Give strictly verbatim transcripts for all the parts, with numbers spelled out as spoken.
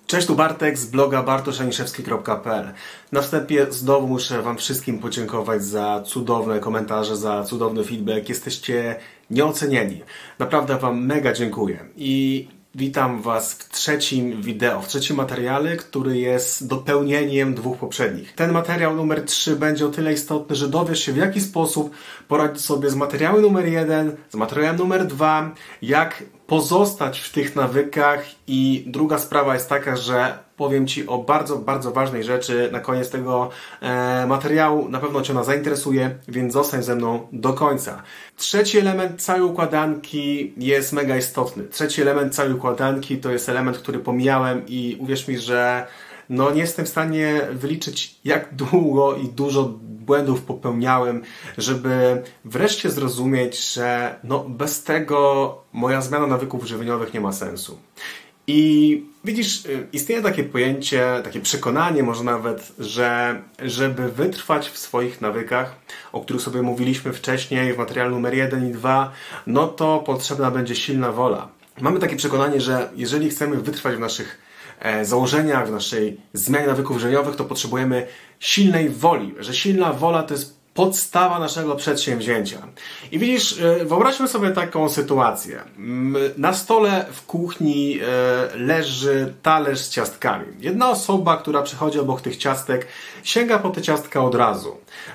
Cześć, tu Bartek z bloga bartosz aniszewski kropka p l. Na wstępie znowu muszę Wam wszystkim podziękować za cudowne komentarze, za cudowny feedback. Jesteście nieocenieni. Naprawdę Wam mega dziękuję. I witam Was w trzecim wideo, w trzecim materiale, który jest dopełnieniem dwóch poprzednich. Ten materiał numer trzy będzie o tyle istotny, że dowiesz się, w jaki sposób poradzić sobie z materiałem numer jeden, z materiałem numer dwa, jak pozostać w tych nawykach. I druga sprawa jest taka, że powiem Ci o bardzo, bardzo ważnej rzeczy na koniec tego e, materiału. Na pewno Cię ona zainteresuje, więc zostań ze mną do końca. Trzeci element całej układanki jest mega istotny. Trzeci element całej układanki to jest element, który pomijałem i uwierz mi, że no nie jestem w stanie wyliczyć, jak długo i dużo błędów popełniałem, żeby wreszcie zrozumieć, że no bez tego moja zmiana nawyków żywieniowych nie ma sensu. I widzisz, istnieje takie pojęcie, takie przekonanie może nawet, że żeby wytrwać w swoich nawykach, o których sobie mówiliśmy wcześniej w materiale numer jeden i dwa, no to potrzebna będzie silna wola. Mamy takie przekonanie, że jeżeli chcemy wytrwać w naszych założeniach, w naszej zmianie nawyków żywieniowych, to potrzebujemy silnej woli, że silna wola to jest podstawa naszego przedsięwzięcia. I widzisz, wyobraźmy sobie taką sytuację. Na stole w kuchni leży talerz z ciastkami. Jedna osoba, która przychodzi obok tych ciastek, sięga po te ciastka od razu.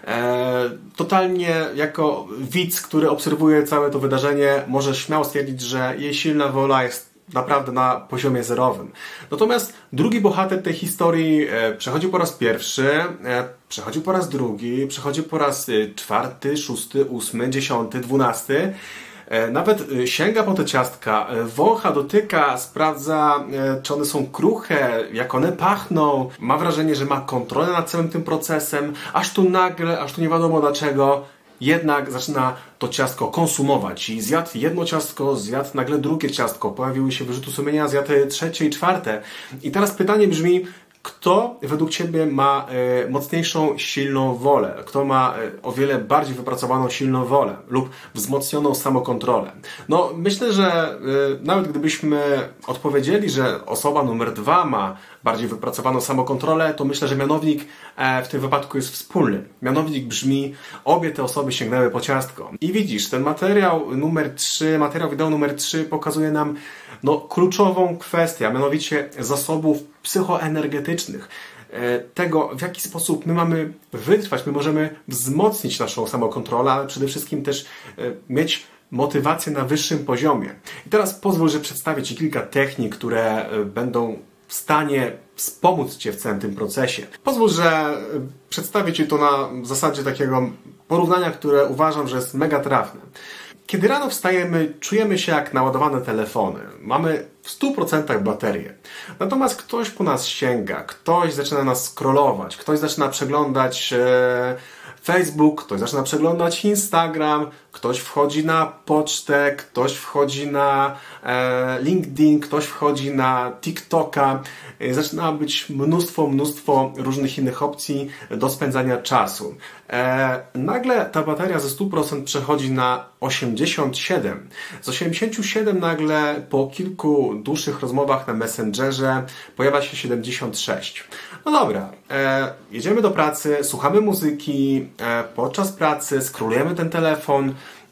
Totalnie jako widz, który obserwuje całe to wydarzenie, może śmiało stwierdzić, że jej silna wola jest naprawdę na poziomie zerowym. Natomiast drugi bohater tej historii e, przechodzi po raz pierwszy, e, przechodzi po raz drugi, przechodzi po raz czwarty, szósty, ósmy, dziesiąty, dwunasty. E, nawet e, sięga po te ciastka, e, wącha, dotyka, sprawdza, e, czy one są kruche, jak one pachną. Ma wrażenie, że ma kontrolę nad całym tym procesem, aż tu nagle, aż tu nie wiadomo dlaczego, jednak zaczyna to ciastko konsumować i zjadł jedno ciastko, zjadł nagle drugie ciastko, pojawiły się wyrzuty sumienia, zjadł trzecie i czwarte. I teraz pytanie brzmi, kto według Ciebie ma e, mocniejszą, silną wolę? Kto ma e, o wiele bardziej wypracowaną, silną wolę lub wzmocnioną samokontrolę? No, myślę, że e, nawet gdybyśmy odpowiedzieli, że osoba numer dwa ma bardziej wypracowaną samokontrolę, to myślę, że mianownik e, w tym wypadku jest wspólny. Mianownik brzmi, obie te osoby sięgnęły po ciastko. I widzisz, ten materiał numer trzy, materiał wideo numer trzy pokazuje nam no, kluczową kwestię, a mianowicie zasobów psychoenergetycznych. Tego, w jaki sposób my mamy wytrwać, my możemy wzmocnić naszą samokontrolę, ale przede wszystkim też mieć motywację na wyższym poziomie. I teraz pozwól, że przedstawię Ci kilka technik, które będą w stanie wspomóc Cię w całym tym procesie. Pozwól, że przedstawię Ci to na zasadzie takiego porównania, które uważam, że jest mega trafne. Kiedy rano wstajemy, czujemy się jak naładowane telefony. Mamy w stu procentach baterię. Natomiast ktoś po nas sięga, ktoś zaczyna nas scrollować, ktoś zaczyna przeglądać e, Facebook, ktoś zaczyna przeglądać Instagram, ktoś wchodzi na pocztę, ktoś wchodzi na e, LinkedIn, ktoś wchodzi na TikToka. E, zaczyna być mnóstwo, mnóstwo różnych innych opcji do spędzania czasu. E, nagle ta bateria ze stu procent przechodzi na osiemdziesiąt siedem procent. Z osiemdziesiąt siedem procent nagle po kilku dłuższych rozmowach na Messengerze pojawia się siedemdziesiąt sześć procent. No dobra, e, jedziemy do pracy, słuchamy muzyki, e, podczas pracy skrolujemy ten telefon,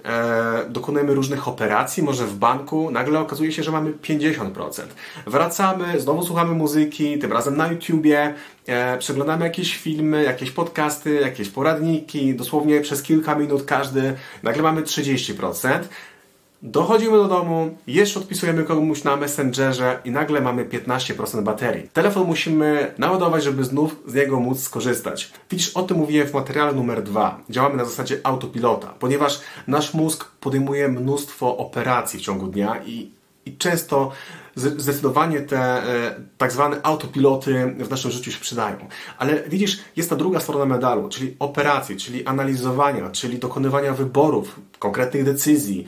e, dokonujemy różnych operacji, może w banku, nagle okazuje się, że mamy pięćdziesiąt procent. Wracamy, znowu słuchamy muzyki, tym razem na YouTubie, e, przeglądamy jakieś filmy, jakieś podcasty, jakieś poradniki, dosłownie przez kilka minut każdy, nagle mamy trzydzieści procent. Dochodzimy do domu, jeszcze odpisujemy komuś na Messengerze i nagle mamy piętnaście procent baterii. Telefon musimy naładować, żeby znów z niego móc skorzystać. Widzisz, o tym mówiłem w materiale numer dwa. Działamy na zasadzie autopilota, ponieważ nasz mózg podejmuje mnóstwo operacji w ciągu dnia i, i często zdecydowanie te e, tak zwane autopiloty w naszym życiu się przydają. Ale widzisz, jest ta druga strona medalu, czyli operacje, czyli analizowania, czyli dokonywania wyborów, konkretnych decyzji,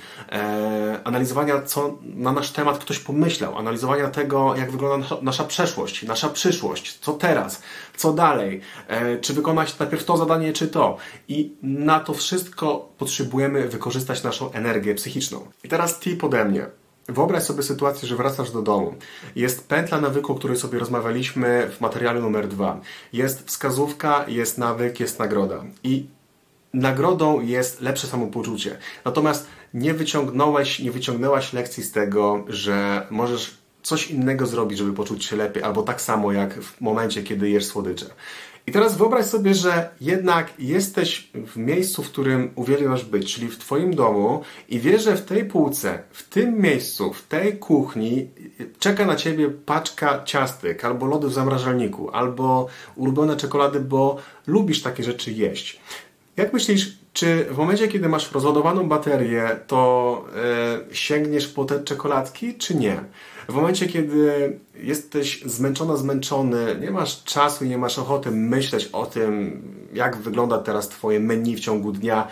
e, analizowania, co na nasz temat ktoś pomyślał, analizowania tego, jak wygląda nasza przeszłość, nasza przyszłość, co teraz, co dalej, e, czy wykonać najpierw to zadanie, czy to. I na to wszystko potrzebujemy wykorzystać naszą energię psychiczną. I teraz tip ode mnie. wyobraź sobie sytuację, że wracasz do domu. Jest pętla nawyku, o której sobie rozmawialiśmy w materiale numer dwa. Jest wskazówka, jest nawyk, jest nagroda. I nagrodą jest lepsze samopoczucie. Natomiast nie wyciągnąłeś, nie wyciągnęłaś lekcji z tego, że możesz coś innego zrobić, żeby poczuć się lepiej, albo tak samo jak w momencie, kiedy jesz słodycze. I teraz wyobraź sobie, że jednak jesteś w miejscu, w którym uwielbiasz być, czyli w Twoim domu i wiesz, że w tej półce, w tym miejscu, w tej kuchni czeka na Ciebie paczka ciastek, albo lody w zamrażalniku, albo ulubione czekolady, bo lubisz takie rzeczy jeść. Jak myślisz, czy w momencie, kiedy masz rozładowaną baterię, to yy, sięgniesz po te czekoladki, czy nie? W momencie, kiedy jesteś zmęczona, zmęczony, nie masz czasu i nie masz ochoty myśleć o tym, jak wygląda teraz Twoje menu w ciągu dnia,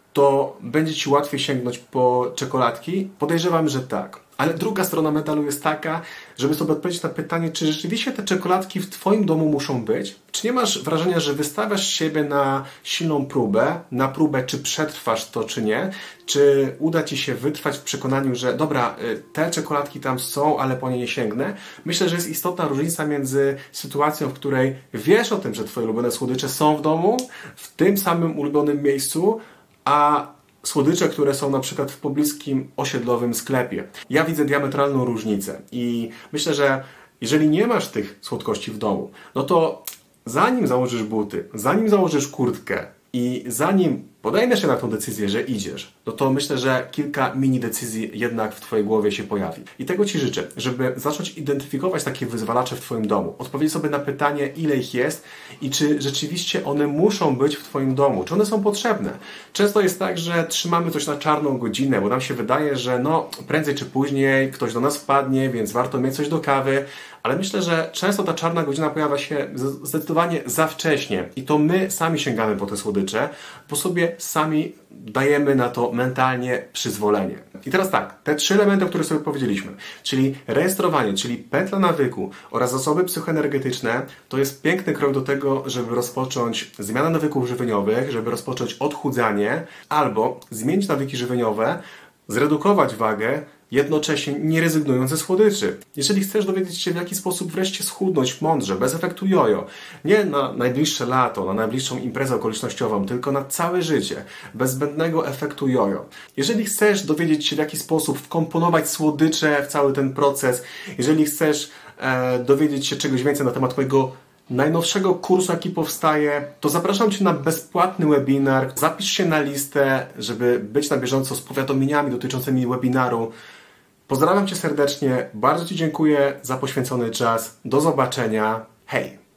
to będzie Ci łatwiej sięgnąć po czekoladki? Podejrzewam, że tak. Ale druga strona medalu jest taka, żeby sobie odpowiedzieć na pytanie, czy rzeczywiście te czekoladki w Twoim domu muszą być? Czy nie masz wrażenia, że wystawiasz siebie na silną próbę, na próbę, czy przetrwasz to, czy nie? Czy uda Ci się wytrwać w przekonaniu, że dobra, te czekoladki tam są, ale po nie nie sięgnę? Myślę, że jest istotna różnica między sytuacją, w której wiesz o tym, że Twoje ulubione słodycze są w domu, w tym samym ulubionym miejscu, a słodycze, które są na przykład w pobliskim osiedlowym sklepie. Ja widzę diametralną różnicę i myślę, że jeżeli nie masz tych słodkości w domu, no to zanim założysz buty, zanim założysz kurtkę i zanim podejmiesz się na tą decyzję, że idziesz, no to myślę, że kilka mini decyzji jednak w Twojej głowie się pojawi. I tego Ci życzę, żeby zacząć identyfikować takie wyzwalacze w Twoim domu. Odpowiedzieć sobie na pytanie, ile ich jest i czy rzeczywiście one muszą być w Twoim domu, czy one są potrzebne. Często jest tak, że trzymamy coś na czarną godzinę, bo nam się wydaje, że no prędzej czy później ktoś do nas wpadnie, więc warto mieć coś do kawy, ale myślę, że często ta czarna godzina pojawia się zdecydowanie za wcześnie i to my sami sięgamy po te słodycze, bo sobie sami dajemy na to mentalnie przyzwolenie. I teraz tak, te trzy elementy, o których sobie powiedzieliśmy, czyli rejestrowanie, czyli pętla nawyku oraz zasoby psychoenergetyczne, to jest piękny krok do tego, żeby rozpocząć zmianę nawyków żywieniowych, żeby rozpocząć odchudzanie albo zmienić nawyki żywieniowe, zredukować wagę, jednocześnie nie rezygnując ze słodyczy. Jeżeli chcesz dowiedzieć się, w jaki sposób wreszcie schudnąć mądrze, bez efektu jojo, nie na najbliższe lato, na najbliższą imprezę okolicznościową, tylko na całe życie, bez zbędnego efektu jojo. Jeżeli chcesz dowiedzieć się, w jaki sposób wkomponować słodycze w cały ten proces, jeżeli chcesz e, dowiedzieć się czegoś więcej na temat mojego najnowszego kursu, jaki powstaje, to zapraszam Cię na bezpłatny webinar. Zapisz się na listę, żeby być na bieżąco z powiadomieniami dotyczącymi webinaru. Pozdrawiam Cię serdecznie, bardzo Ci dziękuję za poświęcony czas. Do zobaczenia. Hej!